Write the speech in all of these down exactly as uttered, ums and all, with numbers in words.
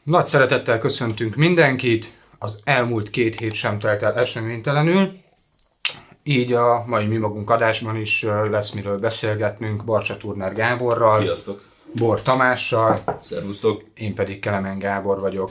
Nagy szeretettel köszöntünk mindenkit, az elmúlt két hét sem telt el eseménytelenül, így a mai Mi Magunk adásban is lesz miről beszélgetnünk Barcsa Turner Gáborral. Sziasztok! Bor Tamással. Szervusztok! Én pedig Kelemen Gábor vagyok.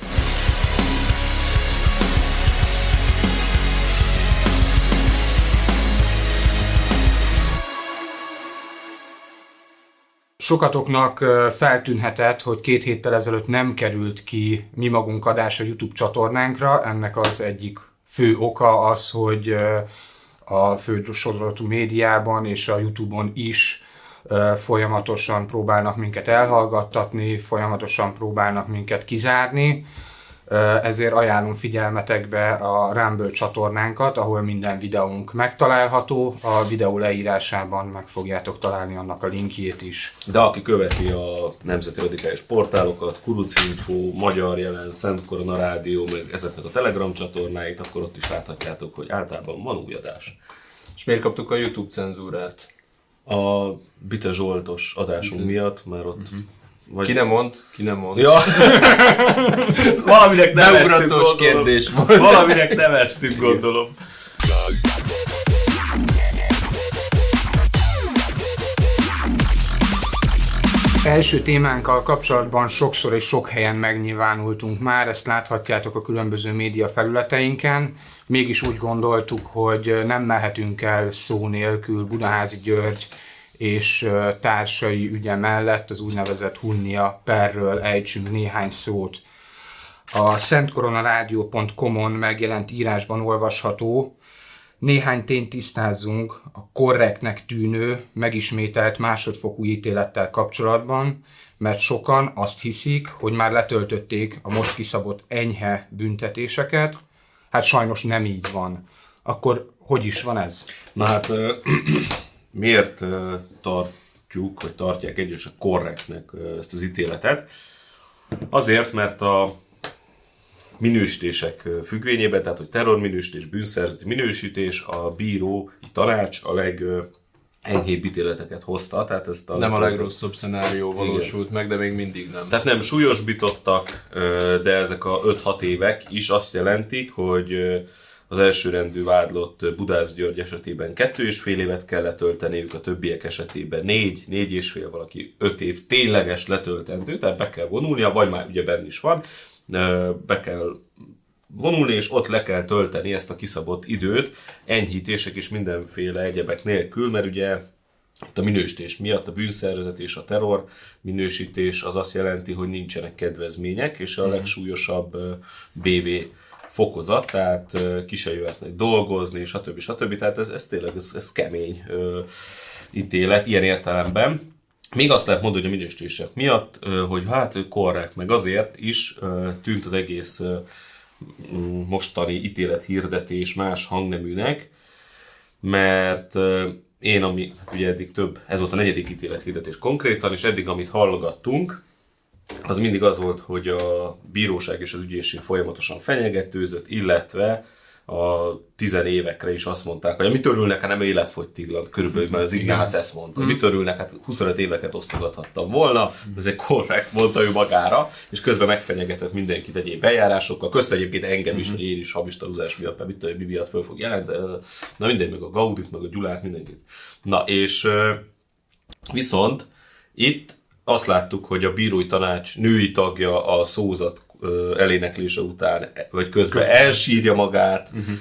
Sokatoknak feltűnhetett, hogy két héttel ezelőtt nem került ki Mi Magunk adás a YouTube csatornánkra. Ennek az egyik fő oka az, hogy a fősorozatų médiában és a YouTube-on is folyamatosan próbálnak minket elhallgattatni, folyamatosan próbálnak minket kizárni. Ezért ajánlom figyelmetekbe a Rumble csatornánkat, ahol minden videónk megtalálható. A videó leírásában meg fogjátok találni annak a linkjét is. De aki követi a nemzeti radikális portálokat, Kurucinfo, Magyar Jelen, Szent Korona Rádió, meg ezeknek a Telegram csatornáit, akkor ott is láthatjátok, hogy általában van új adás. És miért kaptuk a YouTube cenzúrát? A Bite Zsoltos adásunk miatt, mert ott... Uh-huh. Vagy... Ki nem mond? Ki nem mond? Ja. Valaminek neveztünk, kérdés volt. Valaminek neveztünk, gondolom. Első témánkkal kapcsolatban sokszor és sok helyen megnyilvánultunk már, ezt láthatjátok a különböző média felületeinken. Mégis úgy gondoltuk, hogy nem mehetünk el szó nélkül Budaházy György és társai ügye mellett az úgynevezett Hunnia perről ejtsünk néhány szót. A szentkoronarádió pont com-on megjelent írásban olvasható: néhány tényt tisztázzunk a korrektnek tűnő, megismételt másodfokú ítélettel kapcsolatban, mert sokan azt hiszik, hogy már letöltötték a most kiszabott enyhe büntetéseket. Hát sajnos nem így van. Akkor hogy is van ez? Na hát... Miért uh, tartjuk, vagy tartják egyesek korrektnek uh, ezt az ítéletet? Azért, mert a minősítések függvényében, tehát hogy terrorminősítés, bűnszerzeti minősítés, a bíró, a tanács a legenyhébb ítéleteket hozta. Tehát ezt a nem a legrosszabb szenárió valósult meg, de még mindig nem. Tehát nem súlyosbítottak, de ezek a öt-hat évek is azt jelentik, hogy az elsőrendű vádlott Budász György esetében kettő és fél évet kell letölteniük, a többiek esetében négy, négy és fél, valaki öt év tényleges letöltendő, tehát be kell vonulnia, vagy már ugye benn is van, be kell vonulni, és ott le kell tölteni ezt a kiszabott időt, enyhítések és mindenféle egyebek nélkül, mert ugye a minősítés miatt a bűnszervezet és a terror minősítés az azt jelenti, hogy nincsenek kedvezmények, és a legsúlyosabb bé vé fokozat, tehát ki se jöhetnek dolgozni, stb. stb. Tehát ez, ez tényleg ez, ez kemény ö, ítélet ilyen értelemben. Még azt lehet mondani, hogy a minősítések miatt, ö, hogy hát korrekt, meg azért is ö, tűnt az egész ö, mostani ítélethirdetés más hangneműnek, mert ö, én, ami hát ugye eddig több, ez volt a negyedik ítélethirdetés konkrétan, és eddig, amit hallgattunk, az mindig az volt, hogy a bíróság és az ügyészség folyamatosan fenyegetőzött, illetve a tizenévekre is azt mondták, hogy mit örülnek, hát nem életfogytiglan, körülbelül, mert az Ignác ezt mondta, hogy mit örülnek, hát huszonöt éveket osztogathattam volna, ez egy korrekt, mondta ő magára, és közben megfenyegetett mindenkit egyéb eljárásokkal, közt egyébként engem is, hogy én is habistaluzás miatt, mert mit tudom, mi miatt föl fog jelenteni, na mindegy, meg a Gaudit, meg a Gyulát, mindenkit. Na és viszont itt azt láttuk, hogy a bírói tanács női tagja a szózat eléneklése után, vagy közben elsírja magát. Uh-huh.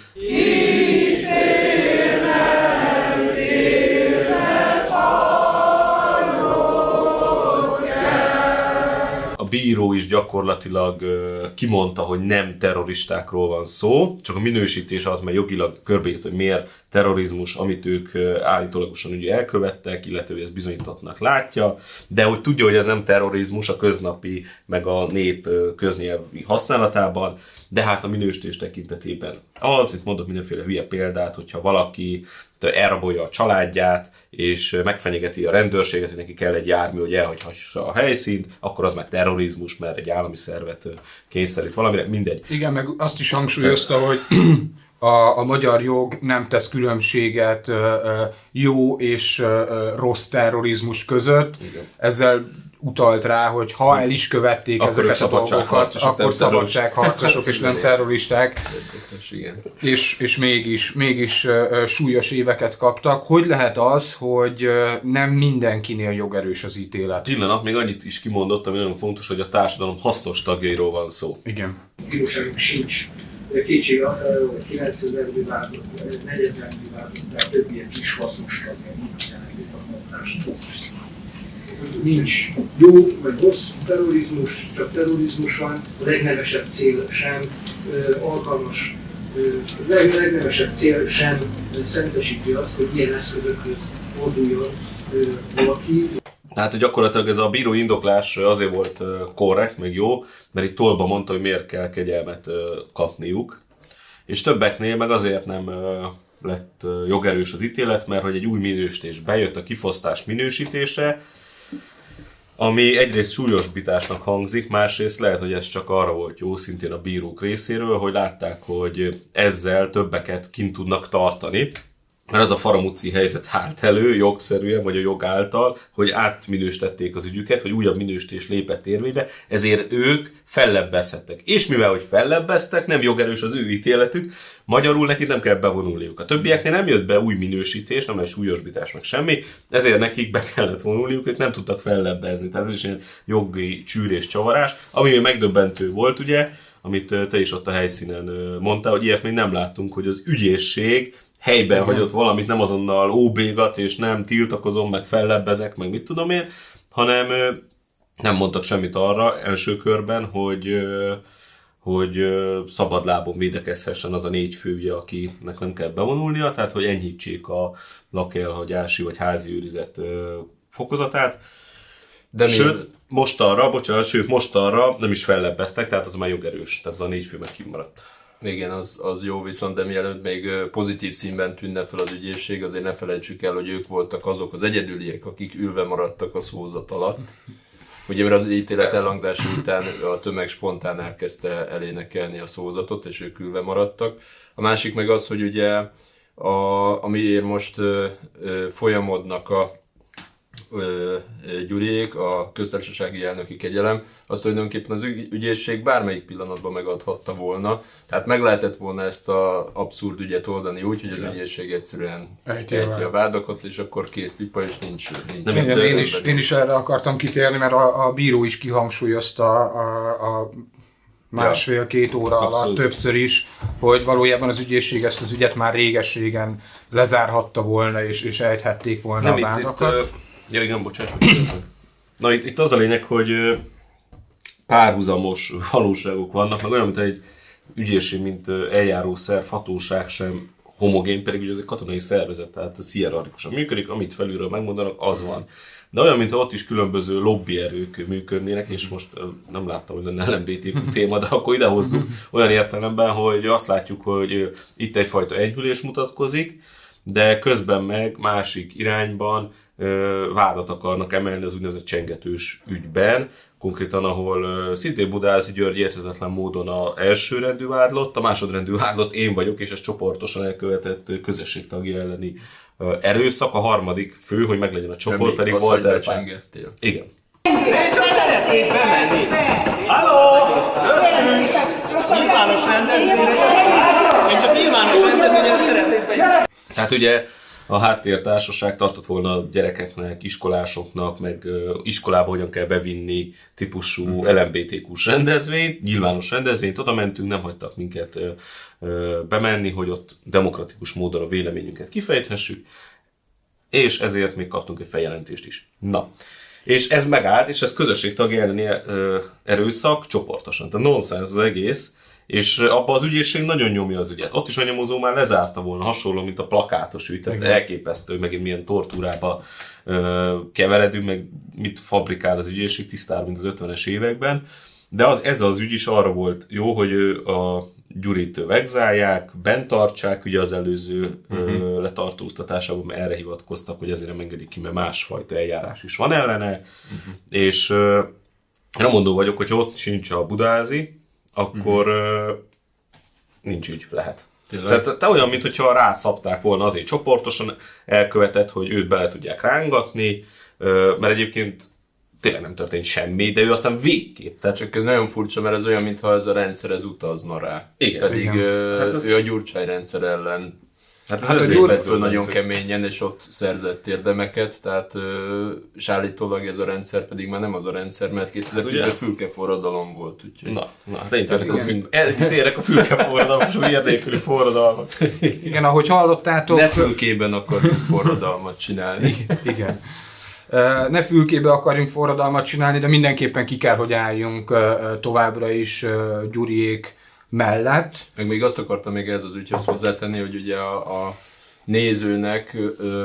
A bíró is gyakorlatilag kimondta, hogy nem terroristákról van szó, csak a minősítés az, mert jogilag körbeírt, hogy miért terrorizmus, amit ők állítólagosan ugye elkövettek, illetve hogy ezt bizonyítottnak látja, de hogy tudja, hogy ez nem terrorizmus a köznapi, meg a nép köznyelvi használatában, de hát a minősítés tekintetében az, itt mondok mindenféle hülye példát, hogyha valaki elrabolja a családját, és megfenyegeti a rendőrséget, hogy neki kell egy jármű, hogy elhagyhassa a helyszínt, akkor az már terrorizmus, mert egy állami szervet kényszerít valamire, mindegy. Igen, meg azt is hangsúlyozta, hogy a, a magyar jog nem tesz különbséget jó és rossz terrorizmus között. Igen. Ezzel utalt rá, hogy ha el is követték akkor ezeket a dolgokat, akkor szabadságharcosok és nem terroristák, és, és mégis, mégis uh, súlyos éveket kaptak. Hogy lehet az, hogy uh, nem mindenkinél jogerős az ítélet? Pillanat, még annyit is kimondott, ami nagyon fontos, hogy a társadalom hasznos tagjairól van szó. Igen. Bíróságunk sincs kétsége afelől, hogy kilencezerű vádlott, negyedezerű vádlott, mert többiek is hasznos tagjai a társadalom. Nincs jó vagy rossz terrorizmus, csak terrorizmus van, a legnevesebb cél sem ö, alkalmas, a leg, legnevesebb cél sem szentesíti azt, hogy ilyen eszközökhöz forduljon ö, valaki. Tehát gyakorlatilag ez a bíró indoklás azért volt korrekt, meg jó, mert itt tolba mondta, hogy miért kell kegyelmet kapniuk. És többeknél meg azért nem lett jogerős az ítélet, mert hogy egy új minősítés bejött, a kifosztás minősítése, ami egyrészt súlyosbításnak hangzik, másrészt lehet, hogy ez csak arra volt jó, szintén a bírók részéről, hogy látták, hogy ezzel többeket kint tudnak tartani. Mert az a faramúci helyzet állt elő jogszerűen, vagy a jog által, hogy átminősítették az ügyüket, vagy újabb minősítés lépett érvénybe, ezért ők fellebbezhettek. És mivel, hogy fellebbeztek, nem jogerős az ő ítéletük, magyarul nekik nem kell bevonulniuk. A többieknél nem jött be új minősítés, nem egy súlyosbítás, meg semmi, ezért nekik be kellett vonulniuk, ők nem tudtak fellebbezni. Tehát ez is egy jogi csűrés, csavarás, ami megdöbbentő volt, ugye, amit te is ott a helyszínen mondtál, hogy ilyet még nem láttunk, hogy az ügyészség helyben igen. hagyott valamit, nem azonnal óbégat, és nem tiltakozom, meg fellebbezek, meg mit tudom én, hanem nem mondtak semmit arra első körben, hogy, hogy szabadlábon védekezhessen az a négy fője, akinek nem kell bevonulnia, tehát hogy enyhítsék a lakelhagyási vagy házi őrizet fokozatát. De sőt, mi... most arra, bocsánat, sőt, most arra nem is fellebbeztek, tehát az már jogerős, tehát az a négy fő meg kimaradt. Igen, az, az jó, viszont de mielőtt még pozitív színben tűnne fel az ügyészség, azért ne felejtsük el, hogy ők voltak azok az egyedüliek, akik ülve maradtak a szózat alatt. Ugye, mert az ítélet elhangzása után a tömeg spontán elkezdte elénekelni a szózatot, és ők ülve maradtak. A másik meg az, hogy ugye, a, amiért most ö, ö, folyamodnak a ö, Gyuriék, a köztársasági elnöki kegyelem, azt tulajdonképpen az ügy, ügyészség bármelyik pillanatban megadhatta volna. Tehát meg lehetett volna ezt az abszurd ügyet oldani úgy, hogy az igen. ügyészség egyszerűen ejti a vádakat, és akkor kész pipa, és nincs... nincs nem, nem, én, is, én is erre akartam kitérni, mert a, a bíró is kihangsúlyozta a, a másfél-két óra alatt abszolút. Többször is, hogy valójában az ügyészség ezt az ügyet már réges-régen lezárhatta volna, és, és ejthették volna nem, a vádakat. Itt, itt, ja igen, bocsánat. Na itt, itt az a lényeg, hogy párhuzamos valóságok vannak, meg olyan, mint egy ügyészség, mint eljáró szerv, hatóság sem homogén, pedig ugye ez egy katonai szervezet, tehát ez hierarchikusan működik, amit felülről megmondanak, az van. De olyan, mintha ott is különböző lobbyerők működnének, és most nem láttam, hogy lenne el em bé té kú téma, de akkor idehozzuk olyan értelemben, hogy azt látjuk, hogy itt egyfajta enyhülés mutatkozik, de közben meg másik irányban vádat akarnak emelni az úgynevezett csengetős ügyben, konkrétan ahol szintén Budázi György érthetetlen módon az elsőrendű vádlott, a másodrendű vádlott én vagyok, és ez csoportosan elkövetett közösségtagja elleni erőszak, a harmadik fő, hogy meglegyen a csoport, pedig volt el. Igen. Én csak szeretnék bemenni. Halló! Örülünk! Nyilvános rendezvényre. Én csak nyilvános rendezvényre szeretnék bemenni. Tehát ugye a háttértársaság tartott volna a gyerekeknek, iskolásoknak, meg iskolába hogyan kell bevinni típusú mm-hmm. el em bé té kú-s rendezvényt, nyilvános rendezvényt, oda mentünk, nem hagytak minket bemenni, hogy ott demokratikus módon a véleményünket kifejthessük, és ezért még kaptunk egy feljelentést is. Na, és ez megállt, és ez közösségtag elleni erőszak csoportosan. Tehát nonsens az egész, és abban az ügyészség nagyon nyomja az ügyet. Ott is a nyomozó már lezárta volna, hasonló, mint a plakátos ügy, tehát elképesztő, hogy megint milyen tortúrába ö, keveredünk, meg mit fabrikál az ügyészség, tisztára, mint az ötvenes években. De az, ez az ügy is arra volt jó, hogy a Gyurit vegzálják, bent tartsák, ugye az előző uh-huh. ö, letartóztatásában, mert erre hivatkoztak, hogy ezért nem engedik ki, mert másfajta eljárás is van ellene, uh-huh. és ö, nem mondó vagyok, hogy ott sincs a Budázi, akkor uh-huh. nincs ügy, lehet. Tényleg? Tehát te olyan, mintha rászabták volna azért csoportosan elkövetett, hogy őt bele tudják rángatni, mert egyébként tényleg nem történt semmi, de ő aztán végképp. Tehát csak ez nagyon furcsa, mert ez olyan, mintha ez a rendszer ez utazna rá. Igen. Pedig Igen. Ö, Hát ez- ő a Gyurcsány rendszer ellen hát, hát azért lépett lett föl nagyon keményen, és ott szerzett érdemeket, tehát ö, és állítólag ez a rendszer pedig már nem az a rendszer, mert kétezer-tízben ugye? fülkeforradalom volt, úgyhogy... Na, na, hát én térek a, Igen. fül... eltérek a fülkeforradalmak és a hülye nélküli forradalmak. Igen, ahogy hallottátok... Ne fülkében akarjuk forradalmat csinálni. Igen. Ö, Ne fülkébe akarjunk forradalmat csinálni, de mindenképpen ki kell, hogy álljunk ö, ö, továbbra is ö, Gyuriék mellett. Meg még azt akartam még ez az ügyhöz hozzátenni, hogy ugye a, a nézőnek, ö,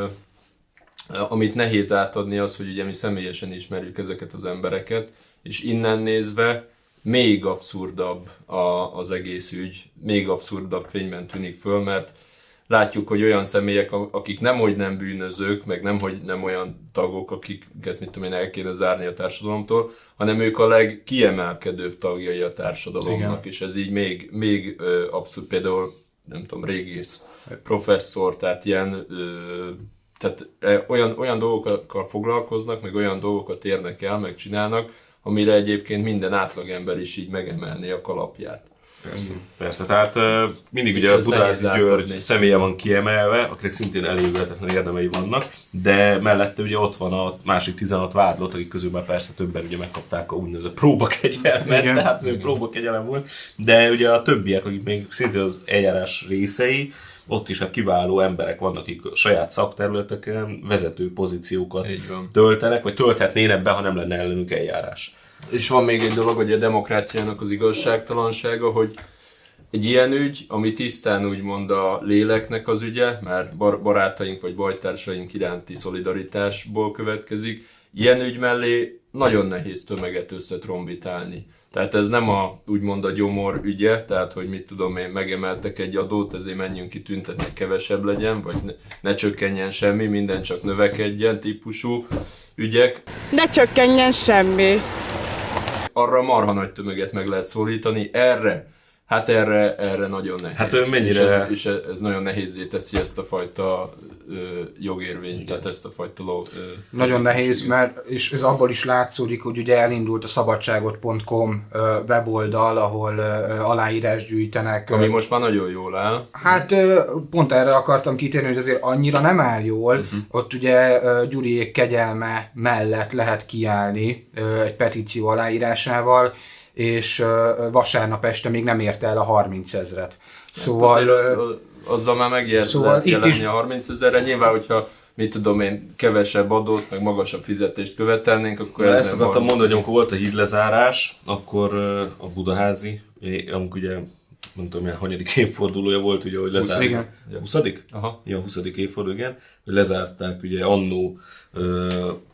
amit nehéz átadni az, hogy ugye mi személyesen ismerjük ezeket az embereket, és innen nézve még abszurdabb a, az egész ügy, még abszurdabb fényben tűnik föl, mert látjuk, hogy olyan személyek, akik nemhogy nem bűnözők, meg nemhogy nem olyan tagok, akiket mit tudom én el kéne zárni a társadalomtól, hanem ők a legkiemelkedőbb tagjai a társadalomnak, igen. És ez így még, még ö, abszurd, például nem tudom, régész professzor, tehát ilyen ö, tehát ö, olyan, olyan dolgokkal foglalkoznak, meg olyan dolgokat érnek el, meg csinálnak, amire egyébként minden átlagember is így megemelné a kalapját. Persze, persze. Tehát uh, mindig És ugye a ez Budázi nehéz György átadni. személye van kiemelve, akinek szintén elévületetlen érdemei vannak, de mellette ugye ott van a másik tizenhat vádlott, akik közül már persze többen ugye megkapták a úgynevezett próbakegyelmet, Igen. tehát az ő próbakegyelem volt, de ugye a többiek, akik még szintén az eljárás részei, ott is hát kiváló emberek vannak, akik a saját szakterületeken vezető pozíciókat Így van. töltenek, vagy tölthetnének be, ha nem lenne ellenük eljárás. És van még egy dolog, hogy a demokráciának az igazságtalansága, hogy egy ilyen ügy, ami tisztán úgymond a léleknek az ügye, mert bar- barátaink vagy bajtársaink iránti szolidaritásból következik, ilyen ügy mellé nagyon nehéz tömeget összetrombitálni. Tehát ez nem a, úgymond a gyomor ügye, tehát hogy mit tudom én, megemeltek egy adót, ezért menjünk ki tüntetni, kevesebb legyen, vagy ne, ne csökkenjen semmi, minden csak növekedjen típusú ügyek. Ne csökkenjen semmi. Arra marha nagy tömeget meg lehet szólítani, erre, hát erre, erre nagyon nehéz. Hát ő mennyire- És, ez, és ez nagyon nehézzé teszi ezt a fajta ö, jogérvényt, tehát ezt a fajta ló, ö, Nagyon nehéz, mert és ez abból is látszódik, hogy ugye elindult a szabadságot pont com ö, weboldal, ahol ö, aláírás gyűjtenek. ami Ö, most már nagyon jól áll. Hát ö, pont erre akartam kitérni, hogy azért annyira nem áll jól. Uh-huh. Ott ugye ö, Gyuriék kegyelme mellett lehet kiállni ö, egy petíció aláírásával, és ö, vasárnap este még nem érte el a harmincezret. Szóval... Tehát ö, az, azzal már megjelent szóval lehet itt jelenni is- a harmincezerre. Nyilván, hogyha mit tudom én, kevesebb adót, meg magasabb fizetést követelnénk, akkor Na, ez ezt nem akartam van. mondani, hogy amikor volt a hídlezárás, akkor ö, a Budaházi, amikor ugye nem tudom milyen hanyadik évfordulója volt, ugye, hogy lezárták. igen. huszadik? Aha. Ja, huszadik évforduló, igen. Hogy lezárták ugye annó ö,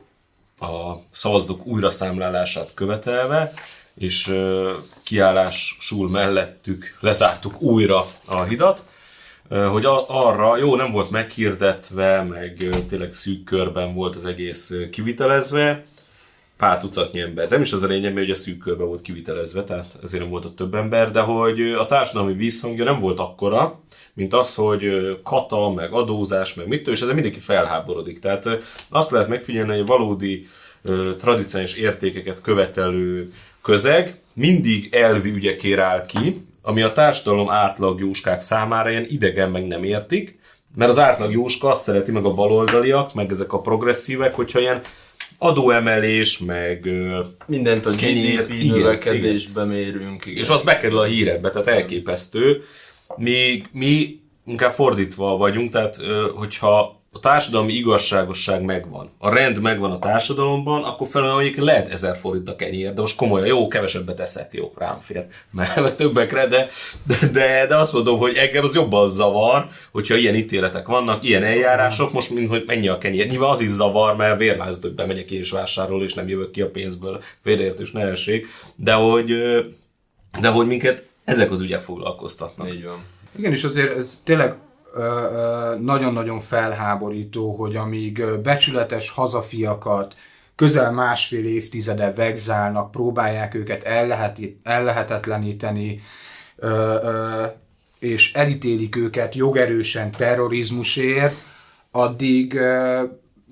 a szavazatok újraszámlálását követelve, és ö, kiállásul mellettük lezártuk újra a hidat, ö, hogy a, arra, jó, nem volt meghirdetve, meg ö, tényleg szűk körben volt az egész ö, kivitelezve, pár tucatnyi ember. Nem is az a lényeg, mert ugye szűk körben volt kivitelezve, tehát ezért nem volt ott több ember, de hogy a társadalmi vízhangja nem volt akkora, mint az, hogy kata, meg adózás, meg mit, és ezzel mindenki felháborodik. Tehát azt lehet megfigyelni, hogy valódi tradicionális értékeket követelő közeg mindig elvi ügyekért áll ki, ami a társadalom átlag jóskák számára ilyen idegen meg nem értik, mert az átlag jóska azt szereti, meg a baloldaliak, meg ezek a progresszívek, hogyha ilyen adóemelés, meg Mindent a Kenyér, gé dé pé igen, növekedésbe mérünk. Igen. és az bekerül a hírekbe, tehát elképesztő. Mi, mi inkább fordítva vagyunk, tehát hogyha a társadalmi igazságosság megvan, a rend megvan a társadalomban, akkor felül egyébként lehet ezer forint a kenyér, de most komolyan, jó, kevesebbet eszek, jó, rám fér, mert többekre, de, de, de azt mondom, hogy engem az jobban zavar, hogyha ilyen ítéletek vannak, ilyen eljárások, most mint hogy mennyi a kenyér. Nyilván az is zavar, mert vérlázdöbben megyek én is vásárolni, és nem jövök ki a pénzből, félreértős ne essék, de hogy, de hogy minket ezek az ügyek foglalkoztatnak. Így van. Igen, és azért ez tényleg ö, ö, nagyon-nagyon felháborító, hogy amíg ö, becsületes hazafiakat közel másfél évtizede vegzálnak, próbálják őket elleheti, ellehetetleníteni, ö, ö, és elítélik őket jogerősen terrorizmusért, addig ö,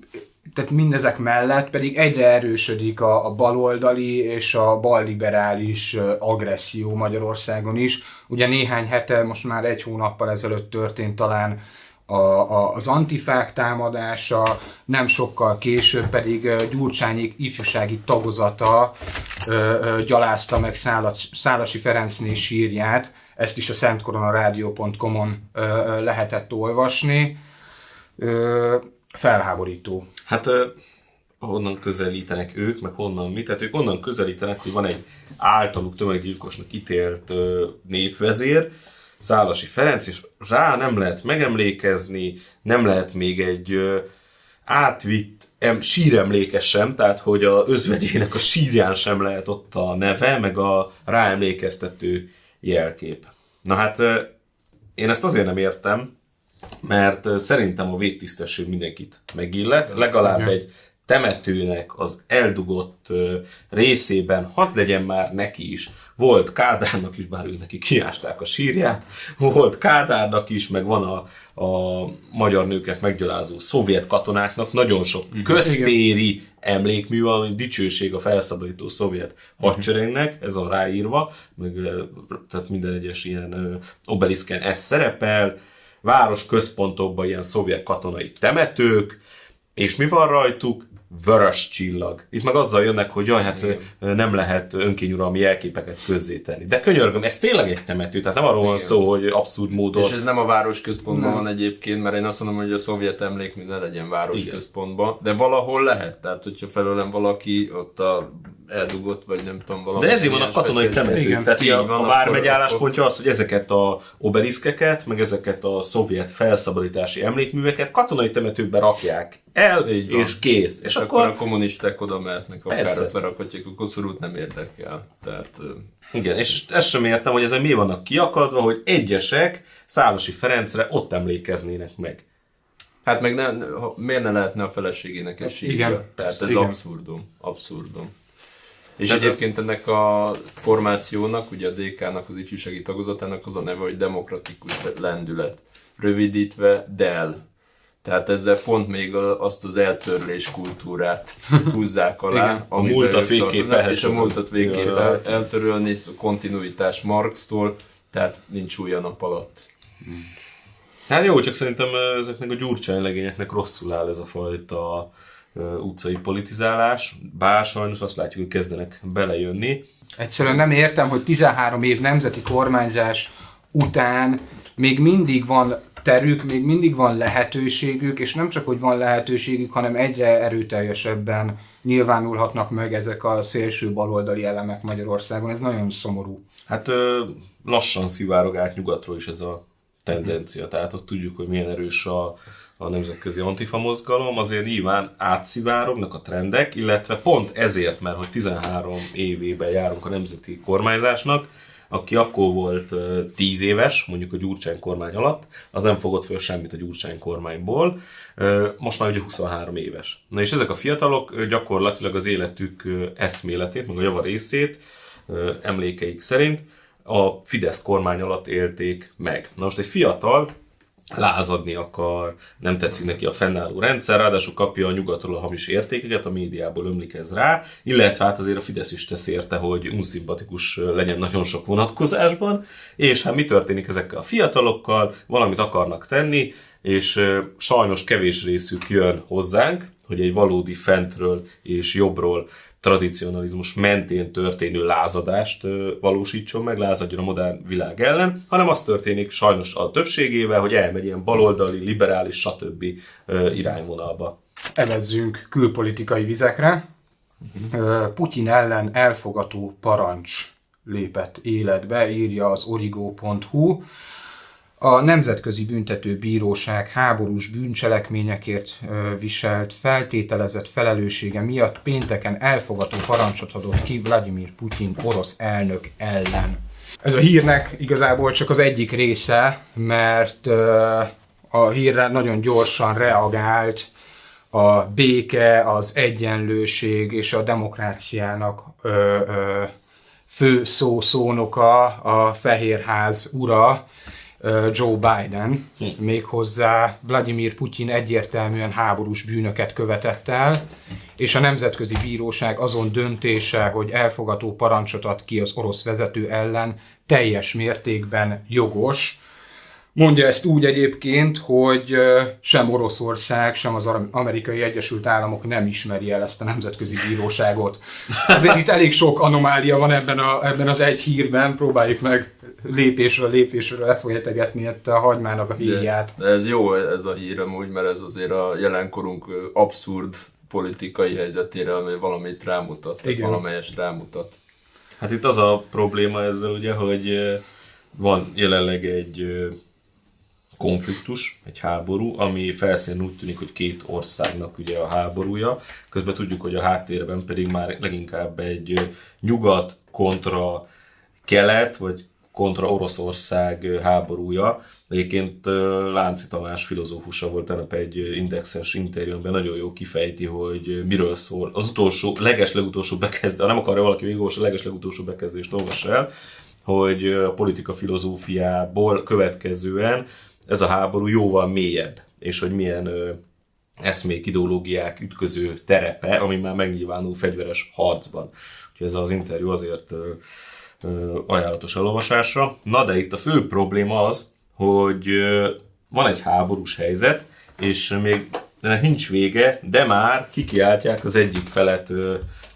tehát mindezek mellett pedig egyre erősödik a, a baloldali és a balliberális agresszió Magyarországon is. Ugye néhány hete, most már egy hónappal ezelőtt történt talán a, a, az antifák támadása, nem sokkal később pedig Gyurcsányék ifjúsági tagozata ö, ö, gyalázta meg Szálas, Szálasi Ferencné sírját, ezt is a szentkoronarádió pont com-on ö, ö, lehetett olvasni. Ö, felháborító. Hát uh, honnan közelítenek ők, meg honnan mit? Tehát ők onnan közelítenek, hogy van egy általuk tömeggyilkosnak ítélt uh, népvezér, Szálasi Ferenc, és rá nem lehet megemlékezni, nem lehet még egy uh, átvitt em, síremlékes sem, tehát hogy a özvegyének a sírján sem lehet ott a neve, meg a ráemlékeztető jelkép. Na hát uh, én ezt azért nem értem, mert szerintem a végtisztesség mindenkit megillet, legalább egy temetőnek az eldugott részében, hadd legyen már neki is, volt Kádárnak is, bár ők neki kiásták a sírját, volt Kádárnak is, meg van a, a magyar nőket meggyalázó szovjet katonáknak nagyon sok köztéri emlékmű, ami dicsőség a felszabadító szovjet hadseregnek, ez van ráírva, meg, tehát minden egyes ilyen obeliszken ez szerepel, város központokban ilyen szovjet katonai temetők, és mi van rajtuk? Vörös csillag. Itt meg azzal jönnek, hogy jaj, hát igen, nem lehet önkényuralmi jelképeket közzétenni. De könyörgöm, ez tényleg egy temető, tehát nem arról van szó, hogy abszurd módon... És ez nem a városközpontban van egyébként, mert én azt mondom, hogy a szovjet emlékmű ne legyen városközpontban, de valahol lehet, tehát hogyha felőlem valaki ott a eldugott, vagy nem tudom, valami... De ezért van a katonai temetők, tehát a, van, a vármegy álláspontja az, hogy ezeket a obeliszkeket, meg ezeket a szovjet felszabadítási emlékműveket katonai temetőkbe rakják el, és kész. És, és akkor, akkor a kommunisták oda mehetnek, akár azt lerakhatják, a koszorút nem érdekel. Tehát... Igen, és ezt sem értem, hogy ezen mi vannak kiakadva, hogy egyesek Szálasi Ferencre ott emlékeznének meg. Hát meg ne, miért ne lehetne a feleségének egy sírja? Tehát ez igen, abszurdum. Abszurdum. És de egyébként ezt... ennek a formációnak, ugye a dé ká-nak, az ifjúsági tagozatának az a neve, hogy Demokratikus Lendület. Rövidítve dé e el. Tehát ezzel pont még azt az eltörlés kultúrát húzzák alá. A múltat végképp el, és a múltat végképp el, eltörölni, a kontinuitás Marxtól, tehát nincs új a nap alatt. Nincs. Hát jó, csak szerintem ezeknek a Gyurcsány legényeknek rosszul áll ez a fajta uh, utcai politizálás, bár sajnos azt látjuk, hogy kezdenek belejönni. Egyszerűen nem értem, hogy tizenhárom év nemzeti kormányzás után még mindig van terük, még mindig van lehetőségük, és nem csak, hogy van lehetőségük, hanem egyre erőteljesebben nyilvánulhatnak meg ezek a szélső baloldali elemek Magyarországon. Ez nagyon szomorú. Hát ö, lassan szivárog át nyugatról is ez a tendencia. Tehát ott tudjuk, hogy milyen erős a, a nemzetközi antifa mozgalom, azért nyilván átszivárognak a trendek, illetve pont ezért, mert hogy tizenhárom évében járunk a nemzeti kormányzásnak, aki akkor volt tíz éves, mondjuk a Gyurcsány kormány alatt, az nem fogott föl semmit a Gyurcsány kormányból, most már ugye huszonhárom éves. Na és ezek a fiatalok gyakorlatilag az életük eszméletét, meg a java részét, emlékeik szerint a Fidesz kormány alatt élték meg. Na most egy fiatal lázadni akar, nem tetszik neki a fennálló rendszer, ráadásul kapja a nyugatról a hamis értékeket, a médiából ömlik ez rá, illetve hát azért a Fidesz is tesz érte, hogy unszimpatikus legyen nagyon sok vonatkozásban, és hát mi történik ezekkel a fiatalokkal, valamit akarnak tenni, és sajnos kevés részük jön hozzánk, hogy egy valódi fentről és jobbról tradicionalizmus mentén történő lázadást valósítson meg, lázadjon a modern világ ellen, hanem az történik sajnos a többségével, hogy elmegy ilyen baloldali, liberális, stb. Irányvonalba. Evezzünk külpolitikai vizekre. Putyin ellen elfogató parancs lépett életbe, írja az origo pont hu. A Nemzetközi Büntetőbíróság háborús bűncselekményekért viselt feltételezett felelőssége miatt pénteken elfogató parancsot adott ki Vladimir Putyin orosz elnök ellen. Ez a hírnek igazából csak az egyik része, mert a hírre nagyon gyorsan reagált a béke, az egyenlőség és a demokráciának ö, ö, fő szószónoka, a Fehérház ura, Joe Biden, méghozzá Vladimir Putyin egyértelműen háborús bűnöket követett el, és a Nemzetközi Bíróság azon döntése, hogy elfogató parancsot ad ki az orosz vezető ellen, teljes mértékben jogos. Mondja ezt úgy egyébként, hogy sem Oroszország, sem az Amerikai Egyesült Államok nem ismeri el ezt a Nemzetközi Bíróságot. Azért itt elég sok anomália van ebben, a, ebben az egy hírben, próbáljuk meg lépésről lépésről lefojtegetni ezt a hagymának a híját. De, de ez jó ez a hír amúgy, mert ez azért a jelenkorunk abszurd politikai helyzetére, ami valamit rámutat, valamelyest rámutat. Hát itt az a probléma ezzel ugye, hogy van jelenleg egy konfliktus, egy háború, ami felszínen úgy tűnik, hogy két országnak ugye a háborúja. Közben tudjuk, hogy a háttérben pedig már leginkább egy nyugat kontra kelet, vagy kontra Oroszország háborúja. Egyébként Lánci Tamás filozófusa volt tegnap egy Indexes interjúban, nagyon jó kifejti, hogy miről szól. Az utolsó, leges-legutolsó bekezdés, nem akarja valaki végigolvasni, a leges-legutolsó bekezdést olvassa el, hogy a politika filozófiából következően ez a háború jóval mélyebb, és hogy milyen ö, eszmék, ideológiák ütköző terepe, ami már megnyilvánul fegyveres harcban. Úgyhogy ez az interjú azért ö, ö, ajánlatos elolvasásra. Na de itt a fő probléma az, hogy ö, van egy háborús helyzet, és még ennek nincs vége, de már kikiáltják az egyik felet ö,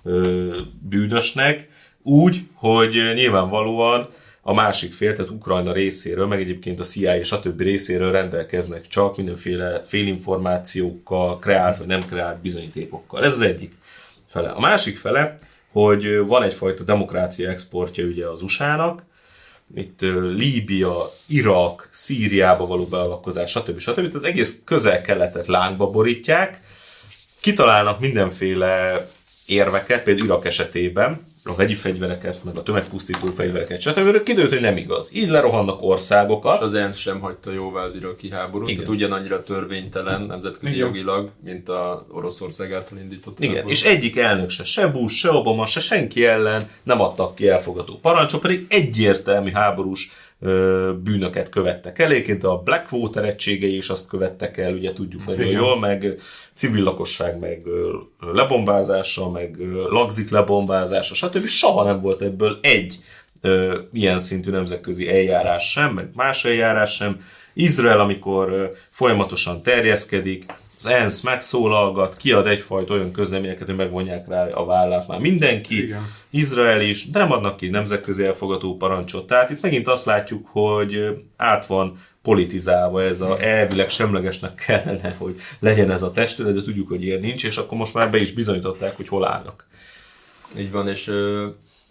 ö, bűnösnek, úgy, hogy nyilvánvalóan a másik fél, tehát Ukrajna részéről, meg egyébként a C I A és a többi részéről rendelkeznek csak mindenféle félinformációkkal, kreált vagy nem kreált bizonyítékokkal. Ez az egyik fele. A másik fele, hogy van egyfajta demokrácia exportja ugye az u es á-nak, itt Líbia, Irak, Szíriába való beavatkozás, stb. stb. Az egész közel-keletet lángba borítják, kitalálnak mindenféle érveket, például Irak esetében, a vegyi fegyvereket, meg a tömegpusztító fegyvereket, stb. Kiderült, hogy nem igaz. Így lerohannak országokat. És az ENSZ sem hagyta jóvá az iraki háborút, igen. Tehát ugyanannyira törvénytelen nemzetközi igen. jogilag, mint az Oroszország által indított igen. háború. És egyik elnök se, se Bush, se Obama, se senki ellen nem adtak ki elfogadó parancsot, pedig egyértelmű háborús ö, bűnöket követtek el. Egyébként a Blackwater egységei is azt követtek el, ugye tudjuk nagyon igen. jól, meg civil lakosság meg lebombázása, meg lagzik lebombázása, stb. Soha nem volt ebből egy ö, ilyen szintű nemzetközi eljárás sem, meg más eljárás sem. Izrael, amikor ö, folyamatosan terjeszkedik, az ENSZ megszólalgat, kiad egyfajta olyan közleményeket, hogy megvonják rá a vállát már mindenki, igen. Izrael is, de nem adnak ki nemzetközi elfogadó parancsot. Tehát itt megint azt látjuk, hogy át van politizálva ez a elvileg semlegesnek kellene, hogy legyen ez a testület, de tudjuk, hogy ilyen nincs, és akkor most már be is bizonyították, hogy hol állnak. Így van, és ö,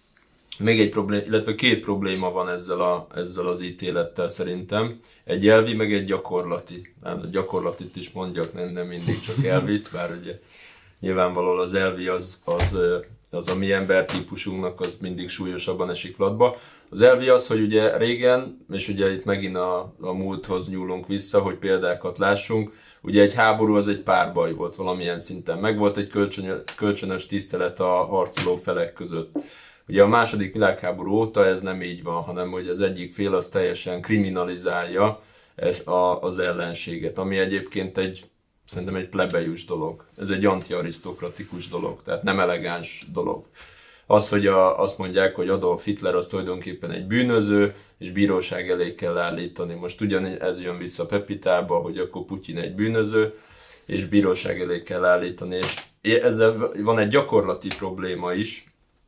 még egy probléma, illetve két probléma van ezzel, a, ezzel az ítélettel szerintem. Egy elvi, meg egy gyakorlati. Nem, a gyakorlatit is mondjak, nem, nem mindig csak elvit, bár ugye nyilvánvalóan az elvi az, az, az a mi embertípusunknak az mindig súlyosabban esik latba. Az elvi az, hogy ugye régen, és ugye itt megint a, a múlthoz nyúlunk vissza, hogy példákat lássunk, ugye egy háború az egy párbaj volt valamilyen szinten. Meg volt egy kölcsön, kölcsönös tisztelet a harcoló felek között. Ugye a második világháború óta ez nem így van, hanem hogy az egyik fél az teljesen kriminalizálja ez a, az ellenséget, ami egyébként egy, szerintem egy plebejus dolog. Ez egy antiarisztokratikus dolog, tehát nem elegáns dolog. Az, hogy a, azt mondják, hogy Adolf Hitler az tulajdonképpen egy bűnöző, és bíróság elé kell állítani. Most ugyanez jön vissza Pepitába, hogy akkor Putyin egy bűnöző, és bíróság elé kell állítani. És ezzel van egy gyakorlati probléma is,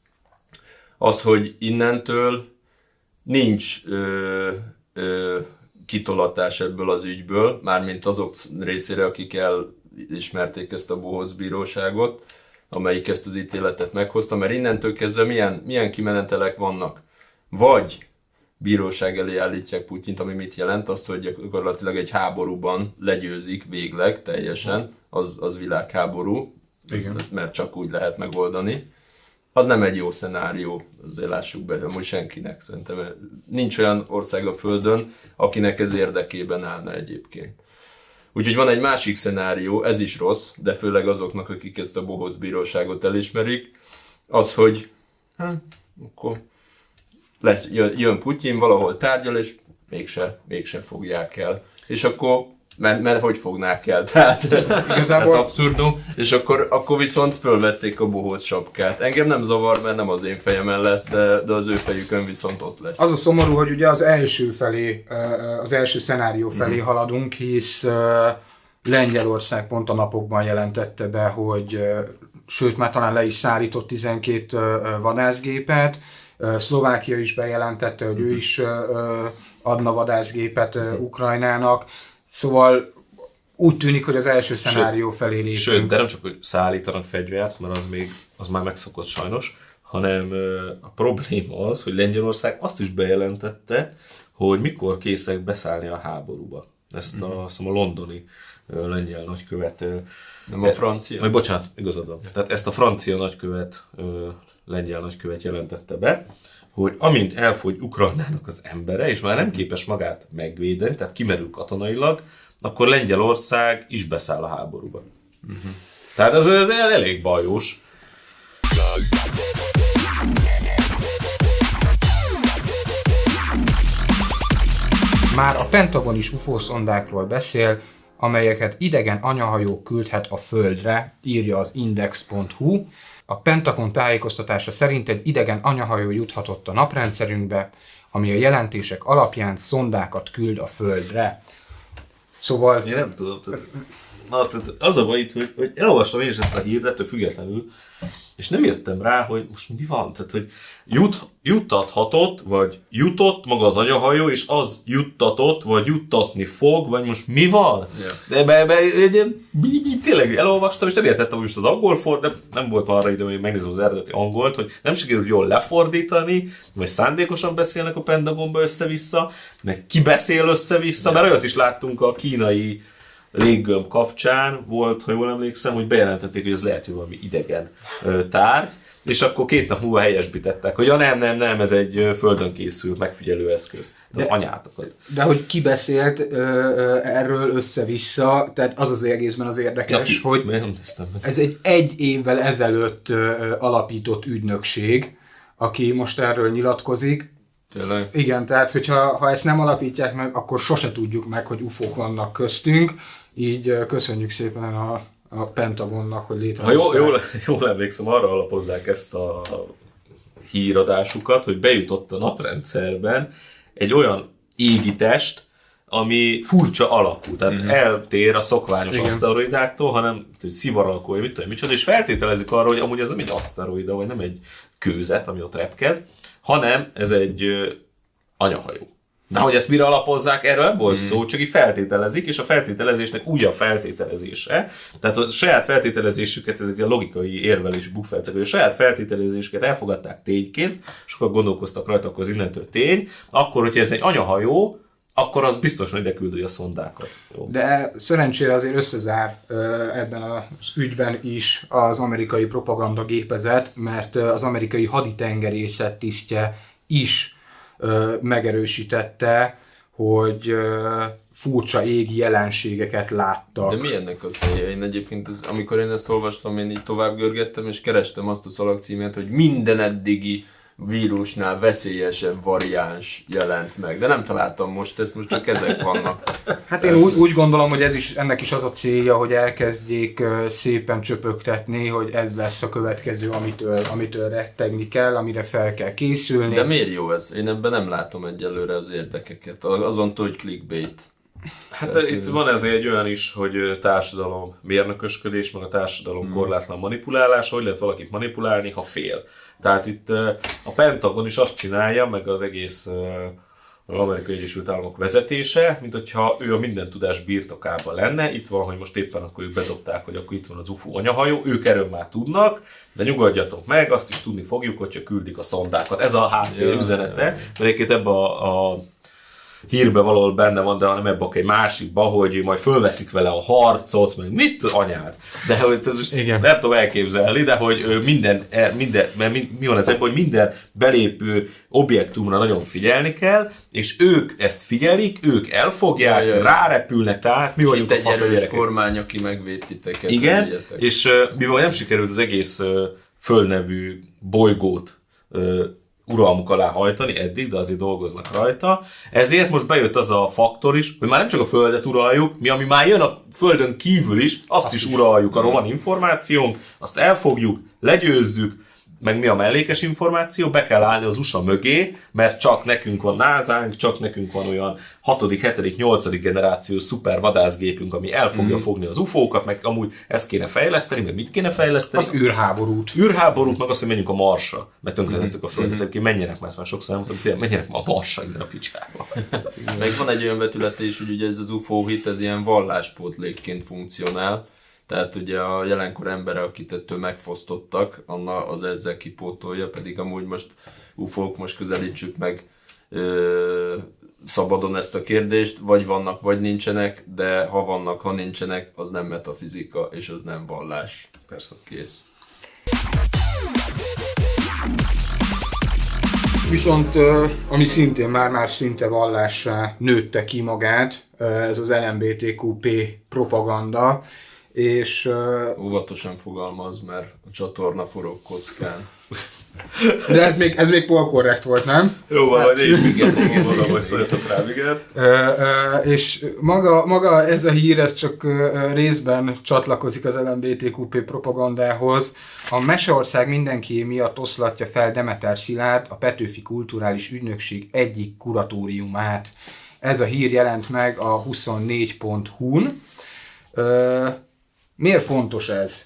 az, hogy innentől nincs ö, ö, kitolatás ebből az ügyből, mármint azok részére, akik elismerték ezt a Bohóc bíróságot, amelyik ezt az ítéletet meghozta, mert innentől kezdve milyen, milyen kimenetelek vannak. Vagy bíróság elé állítják Putyint, ami mit jelent? Azt, hogy gyakorlatilag egy háborúban legyőzik végleg teljesen, az, az világháború, igen. Mert csak úgy lehet megoldani. Az nem egy jó szenárió, azért lássuk be, amúgy senkinek szerintem. Nincs olyan ország a Földön, akinek ez érdekében állna egyébként. Úgyhogy van egy másik szenárió, ez is rossz, de főleg azoknak, akik ezt a Bohóc bíróságot elismerik, az, hogy hát, akkor lesz, jön, jön Putyin, valahol tárgyal, és mégse, mégse fogják el. És akkor, mert, mert hogy fognák el? Tehát, Igazából... tehát abszurdum. És akkor, akkor viszont fölvették a bohóc sapkát. Engem nem zavar, mert nem az én fejemen lesz, de, de az ő fejükön viszont ott lesz. Az a szomorú, hogy ugye az első felé, az első szenárió felé mm. haladunk, hisz Lengyelország pont a napokban jelentette be, hogy sőt, már talán le is szállított tizenkét vadászgépet, Szlovákia is bejelentette, hogy ő is adna vadászgépet Ukrajnának, szóval úgy tűnik, hogy az első szenárió felé lépünk. Sőt, de nem csak, hogy szállítanak fegyvert, mert az még az már megszokott sajnos, hanem a probléma az, hogy Lengyelország azt is bejelentette, hogy mikor készek beszállni a háborúba. Ezt a, azt a londoni lengyel nagykövet... Nem a francia? Vagy bocsánat, igazad van. Tehát ezt a francia nagykövet, lengyel nagykövet jelentette be, hogy amint elfogy Ukrajnának az embere, és már nem képes magát megvédeni, tehát kimerül katonailag, akkor Lengyelország is beszáll a háborúba. Uh-huh. Tehát ez, ez elég bajós. Már a Pentagon is u f o szondákról beszél, amelyeket idegen anyahajók küldhet a Földre, írja az index pont hu. A Pentagon tájékoztatása szerint egy idegen anyahajó juthatott a naprendszerünkbe, ami a jelentések alapján szondákat küld a Földre. Szóval... Én nem tudom, tehát, na, tehát az a baj itt, hogy, hogy elolvastam én is ezt a hírt, függetlenül, és nem jöttem rá, hogy most mi van, tehát hogy jut, juttathatott, vagy jutott maga az anyahajó, és az juttatott, vagy juttatni fog, vagy most mi van? Yeah. De be, be, be, tényleg elolvastam, és nem értettem, hogy most az angol ford, de nem volt arra idő, hogy megnézem az eredeti angolt, hogy nem sikerült jól lefordítani, vagy szándékosan beszélnek a Pentagonba össze-vissza, meg ki beszél össze-vissza, yeah. Mert olyat is láttunk a kínai léggömb kapcsán, volt, ha jól emlékszem, hogy bejelentették, hogy ez lehet, hogy valami idegen ö, tárgy, és akkor két nap múlva helyesbítettek, hogy ja nem, nem, nem, ez egy földön készült megfigyelő eszköz. De, de anyátokat. De hogy ki beszélt ö, ö, erről össze-vissza, tehát az az egészben az érdekes, ja, hogy ez egy egy évvel ezelőtt ö, alapított ügynökség, aki most erről nyilatkozik. Tényleg? Igen, tehát hogyha ha ezt nem alapítják meg, akkor sose tudjuk meg, hogy u f o-k vannak köztünk, így köszönjük szépen a, a Pentagonnak, hogy létrehozták. Ha jól, jól, jól emlékszem, arra alapozzák ezt a híradásukat, hogy bejutott a naprendszerben egy olyan égitest, ami furcsa alakú, tehát uh-huh. eltér a szokványos Igen. aszteroidáktól, hanem szivar alakú, vagy mit tudom, micsoda, és feltételezik arra, hogy amúgy ez nem egy aszteroida, vagy nem egy kőzet, ami ott repked, hanem ez egy ö, anyahajó. De hogy ezt mire alapozzák, erről nem volt hmm. szó, csak így feltételezik, és a feltételezésnek úgy a feltételezése, tehát a saját feltételezésüket, ezek a logikai érvelés bukfelcek, hogy a saját feltételezésüket elfogadták tényként, sokat gondolkoztak rajta, akkor az innentől tény, akkor, hogyha ez egy anyahajó, akkor az biztosan ide küldi a szondákat. Jó. De szerencsére azért összezár ebben az ügyben is az amerikai propagandagépezet, mert az amerikai haditengerészet tisztje is megerősítette, hogy furcsa égi jelenségeket láttak. De mi ennek a célja? Én egyébként, ez, amikor én ezt olvastam, én így tovább görgettem, és kerestem azt a szalagcímet, hogy minden eddigi vírusnál veszélyesebb variáns jelent meg. De nem találtam most, ezt most csak ezek vannak. Hát én úgy, úgy gondolom, hogy ez is, ennek is az a célja, hogy elkezdjék szépen csöpögtetni, hogy ez lesz a következő, amitől, amitől rettegni kell, amire fel kell készülni. De miért jó ez? Én ebben nem látom egyelőre az érdekeket. Azon túl, hogy clickbait. Hát Tehát, itt van ezért egy olyan is, hogy társadalom mérnökösködés, meg a társadalom hmm. korlátlan manipulálás, hogy lehet valakit manipulálni, ha fél. Tehát itt a Pentagon is azt csinálja, meg az egész az Amerikai Egyesült Államok vezetése, mint hogyha ő a minden tudás birtokában lenne. Itt van, hogy most éppen akkor ők bedobták, hogy akkor itt van az u f o anyahajó, ők erről már tudnak, de nyugodjatok meg, azt is tudni fogjuk, hogyha küldik a szondákat. Ez a háttér ja, üzenete, ja. Mert egyébként ebben a, a hírbe valahol benne van, de nem ebben egy másikba, hogy majd fölveszik vele a harcot, meg mit anyád. De hogy nem tudom elképzelni, de hogy minden, minden mert mi, mi van ez ebben, hogy minden belépő objektumra nagyon figyelni kell, és ők ezt figyelik, ők elfogják, ja, ja. rárepülnek, tehát mi vagyunk a fasz a gyerekek. Kormány, aki megvéd titeket. Igen, és uh, mivel nem sikerült az egész uh, földnevű bolygót uh, uralmuk alá hajtani eddig, de azért dolgoznak rajta. Ezért most bejött az a faktor is, hogy már nem csak a Földet uraljuk, mi ami már jön a Földön kívül is, azt, azt is, is uraljuk, arról van információnk, azt elfogjuk, legyőzzük, meg mi a mellékes információ, be kell állni az u es á mögé, mert csak nekünk van názánk, csak nekünk van olyan hatodik, hetedik, nyolcadik generációs szuper vadászgépünk, ami el fogja mm. fogni az ufókat, meg amúgy ezt kéne fejleszteni, meg mit kéne fejleszteni? Az űrháborút. űrháborút, meg azt, hogy menjünk a Marsra, mert tönkretettük a Földet, egyébként menjenek már, már sokszor elmondtam, hogy menjenek már a Marsra innen a picsába. Meg van egy olyan vetülete is, hogy ugye ez az ufó hit, ez ilyen valláspótlékként funkcionál. Tehát ugye a jelenkor embere, akit ettől megfosztottak, Anna az ezzel kipótolja, pedig amúgy most ufók, most közelítsük meg ö, szabadon ezt a kérdést, vagy vannak, vagy nincsenek, de ha vannak, ha nincsenek, az nem metafizika, és az nem vallás. Persze, kész. Viszont ami szintén már-már szinte vallássá nőtte ki magát, ez az el em bé té kú pé propaganda, és... Óvatosan fogalmaz, mert a csatorna forog kockán. De ez még, ez még polkorrekt volt, nem? Jó, van, majd én is visszafogom magam, hogy szóljatok rám, igen. És maga, maga ez a hír, ez csak részben csatlakozik az el em bé té kú pé propagandához. A Meseország mindenki miatt oszlatja fel Demeter Szilárd, a Petőfi Kulturális Ügynökség egyik kuratóriumát. Ez a hír jelent meg a huszonnégy pont hu-n. Miért fontos ez?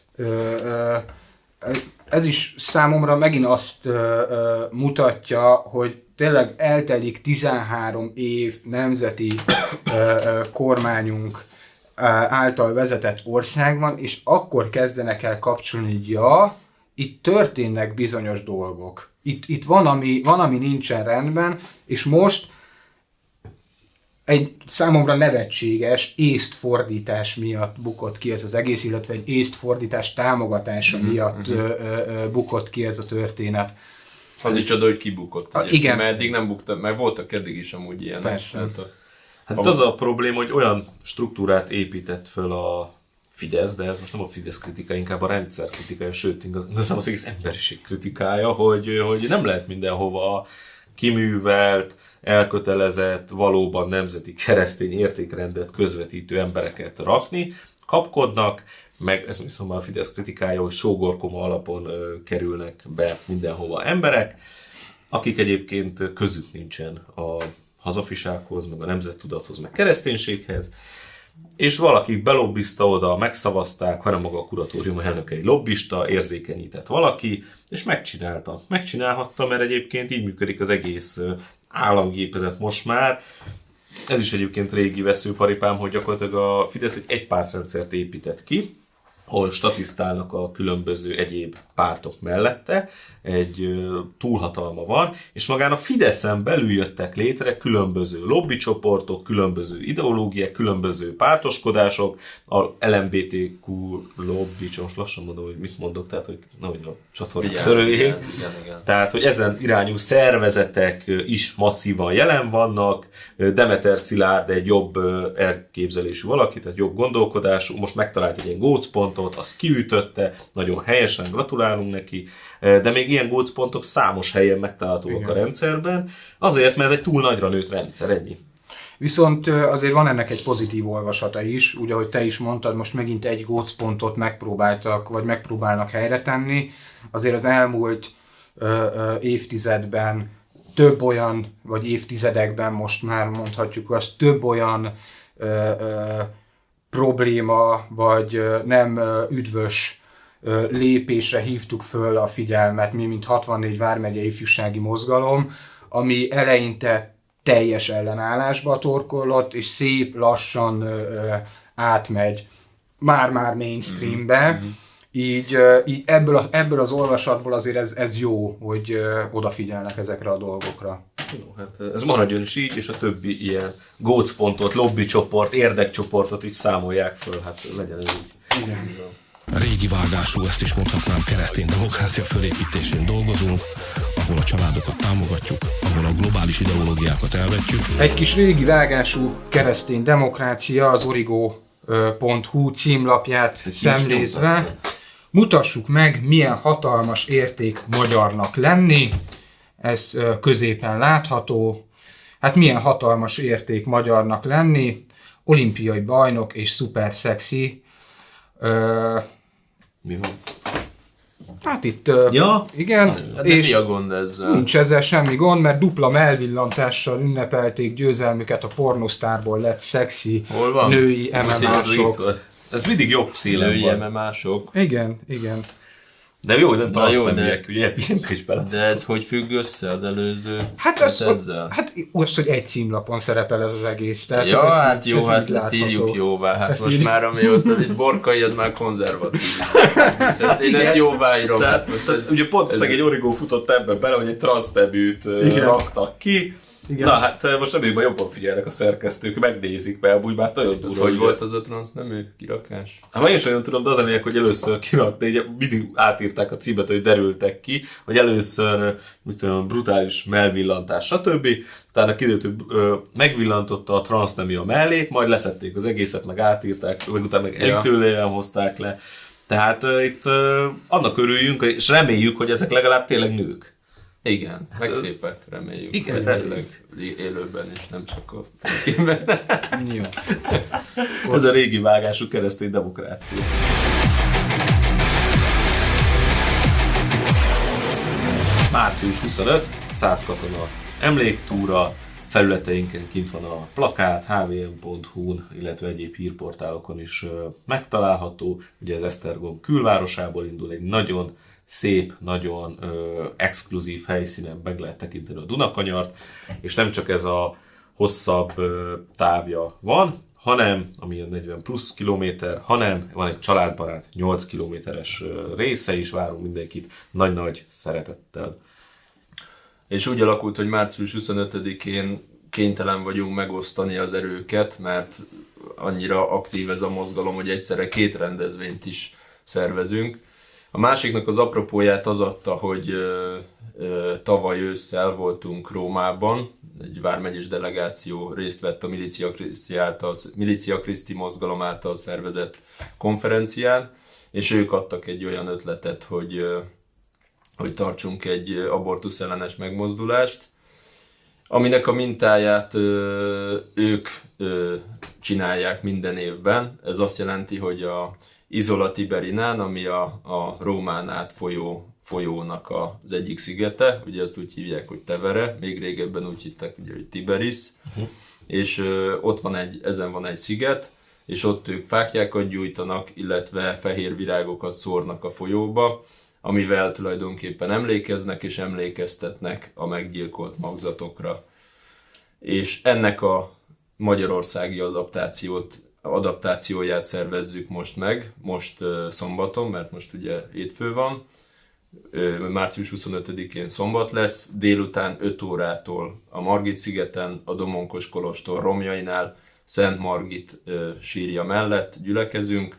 Ez is számomra megint azt mutatja, hogy tényleg eltelik tizenhárom év nemzeti kormányunk által vezetett országban, és akkor kezdenek el kapcsolni, hogy ja, itt történnek bizonyos dolgok. Itt, itt van, ami, van, ami nincsen rendben, és most egy számomra nevetséges észt fordítás miatt bukott ki ez az egész, illetve egy észt fordítás támogatása mm-hmm. miatt mm-hmm. Ö, ö, bukott ki ez a történet. Az is csoda, hogy kibukott. A, igen. Mert eddig nem buktak, mert voltak eddig is amúgy ilyen. Persze. Hát, a, hát a... az a probléma, hogy olyan struktúrát épített föl a Fidesz, de ez most nem a Fidesz kritika, inkább a rendszer kritikája, sőt, az az egész emberiség kritikája, hogy, hogy nem lehet mindenhova kiművelt, elkötelezett, valóban nemzeti keresztény értékrendet közvetítő embereket rakni, kapkodnak, meg ez viszont a Fidesz kritikája, hogy sógorkoma alapon ö, kerülnek be mindenhova emberek, akik egyébként közük nincsen a hazafisághoz, meg a nemzettudathoz, meg kereszténységhez, és valaki belobbizta oda, megszavazták, hanem maga a kuratórium elnöke egy lobbista, érzékenyített valaki, és megcsinálta. Megcsinálhatta, mert egyébként így működik az egész államgépezet most már. Ez is egyébként régi veszőparipám, hogy gyakorlatilag a Fidesz egy egypártrendszert épített ki, ahol statisztálnak a különböző egyéb pártok mellette, egy túlhatalma van, és magán a Fideszen belül jöttek létre különböző lobbycsoportok, különböző ideológiák, különböző pártoskodások, a el em bé té kú lobby, most lassan mondom, hogy mit mondok, tehát hogy nehogy a csatorna törőjék. Tehát, hogy ezen irányú szervezetek is masszívan jelen vannak, Demeter Szilárd egy jobb elképzelésű valaki, tehát jobb gondolkodású, most megtalált egy ilyen gócpontot, azt kiütötte, nagyon helyesen, gratulálunk neki, de még ilyen gócpontok számos helyen megtalálhatóak a rendszerben, azért, mert ez egy túl nagyra nőtt rendszer, ennyi. Viszont azért van ennek egy pozitív olvasata is, úgy ahogy te is mondtad, most megint egy gócpontot megpróbáltak, vagy megpróbálnak helyre tenni. Azért az elmúlt ö, ö, évtizedben több olyan, vagy évtizedekben most már mondhatjuk azt, több olyan ö, ö, probléma, vagy ö, nem ö, üdvös ö, lépésre hívtuk föl a figyelmet, mi, mint hatvannégy vármegye ifjúsági mozgalom, ami eleinte teljes ellenállásba torkollott, és szép lassan ö, ö, átmegy már-már mainstreambe. Mm-hmm. Így, ö, így ebből, a, ebből az olvasatból azért ez, ez jó, hogy ö, odafigyelnek ezekre a dolgokra. Jó, hát ez maradjon is így, és a többi ilyen gócpontot, lobbycsoport, érdekcsoportot is számolják föl, hát legyen ez így. Igen. Régi vágású, ezt is mondhatnám, keresztény demokrácia fölépítésén dolgozunk, ahol a családokat támogatjuk, ahol a globális ideológiákat elvetjük. Egy kis régi vágású keresztény demokrácia, az origo pont hu címlapját szemlézve. Mutassuk meg, milyen hatalmas érték magyarnak lenni. ez középen látható. Hát milyen hatalmas érték magyarnak lenni, olimpiai bajnok és szuper szexi. Ö, Mi van? Hát itt, ö, Ja? igen, Hát de és mi a gond ezzel? nincs ezzel semmi gond, mert dupla mellvillantással ünnepelték győzelmüket a pornosztárból lett szexi Hol van? női em em Ez á-sok. itt van. Ez mindig jobb szélen Női van. em em á-sok. Igen, igen. De jó, hogy nem Na jó, transzneműek, de- ugye? Ilyen is bele. De ez hogy függ össze az előző Hát az, ezzel? hát az, hogy egy címlapon szerepel ez az egész. Tehát Ja, ez hát így- jó, ez hát így ezt látható. írjuk jóvá. Hát Ezt most írjuk. már amióta itt Borkai, az már konzervatív. Ezt, én ezt jóvá írom. Hát most ez, Ugye pont szegény Origo futott ebben bele, hogy egy transzneműt ö, Igen. raktak ki. Igen. Na hát ö, most remélem, jobban figyelnek a szerkesztők, megnézik, mert amúgy már nagyon ez durva. hogy ugye. volt az a transznemű kirakás? Hát én is olyan tudom, de az a lényeg, hogy először kirakta, ugye mindig átírták a címet, hogy derültek ki, hogy először mit tudom, brutális mellvillantás, stb. Utána kiderült, hogy ö, megvillantotta a transznemű a mellét, majd leszették az egészet, meg átírták, meg utána meg Ja. egytőlően hozták le. Tehát ö, itt ö, annak örüljünk, és reméljük, hogy ezek legalább tényleg nők. Igen, meg szépek, reméljük. Igen, hogy reméljük. tényleg élőben is, nem csak a filmben. Jó. Ez a régi vágású keresztény demokrácia. március huszonötödike, száz katona emléktúra, felületeinken kint van a plakát, há vé em pont hú-n, illetve egyéb hírportálokon is ö, megtalálható. Ugye az Esztergom külvárosából indul, egy nagyon szép, nagyon ö, exkluzív helyszínen meg lehet tekinteni a Dunakanyart, és nem csak ez a hosszabb ö, távja van, hanem, ami a negyven plusz kilométer, hanem van egy családbarát nyolc kilométeres ö, része is, várunk mindenkit nagy-nagy szeretettel. És úgy alakult, hogy március huszonötödikén kénytelen vagyunk megosztani az erőket, mert annyira aktív ez a mozgalom, hogy egyszerre két rendezvényt is szervezünk. A másiknak az apropóját az adta, hogy ö, ö, tavaly ősszel voltunk Rómában, egy vármegyes delegáció részt vett a Milícia Christi, által, Milícia Christi mozgalom által szervezett konferencián, és ők adtak egy olyan ötletet, hogy, ö, hogy tartsunk egy abortusz ellenes megmozdulást, aminek a mintáját ö, ők ö, csinálják minden évben. Ez azt jelenti, hogy a Isola Tiberinán, ami a, a Rómán át folyó folyónak az egyik szigete, ugye ezt úgy hívják, hogy Tevere, még régebben úgy hívták, ugye, hogy Tiberis, uh-huh. és ö, ott van egy, ezen van egy sziget, és ott ők fáklyákat gyújtanak, illetve fehér virágokat szórnak a folyóba, amivel tulajdonképpen emlékeznek és emlékeztetnek a meggyilkolt magzatokra. És ennek a magyarországi adaptációt, adaptációját szervezzük most meg, most uh, szombaton, mert most ugye hétfő van, uh, március huszonötödikén szombat lesz, délután öt órától a Margit-szigeten, a Domonkos kolostor romjainál, Szent Margit uh, sírja mellett gyülekezünk,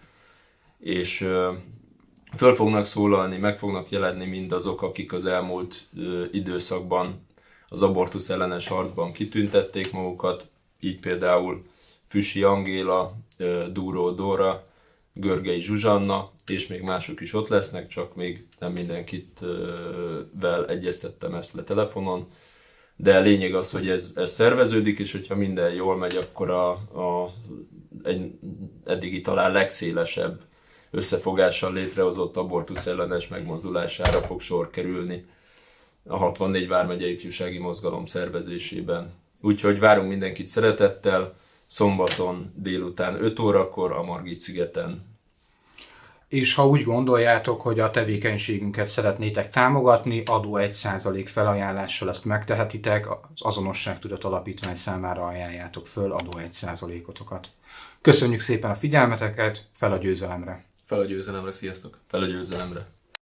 és uh, föl fognak szólalni, meg fognak jelenni mindazok, akik az elmúlt uh, időszakban az abortusz ellenes harcban kitüntették magukat, így például Füsi Angéla, uh, Dúró Dóra, Görgei Zsuzsanna, és még mások is ott lesznek, csak még nem mindenkit uh, vel egyeztettem ezt le telefonon. De lényeg az, hogy ez, ez szerveződik, és hogyha minden jól megy, akkor a, a egy eddigi talán legszélesebb összefogással létrehozott abortusz ellenes megmozdulására fog sor kerülni a hatvannégy vármegyei ifjúsági mozgalom szervezésében. Úgyhogy várunk mindenkit szeretettel, szombaton délután öt órakor a Margit-szigeten. És ha úgy gondoljátok, hogy a tevékenységünket szeretnétek támogatni, adó egy százalék felajánlással ezt megtehetitek, az Azonosságtudat Alapítvány számára ajánljátok föl adó egy százalékotokat. Köszönjük szépen a figyelmeteket, fel a győzelemre! Fel a győzelemre, sziasztok! Fel a győzelemre!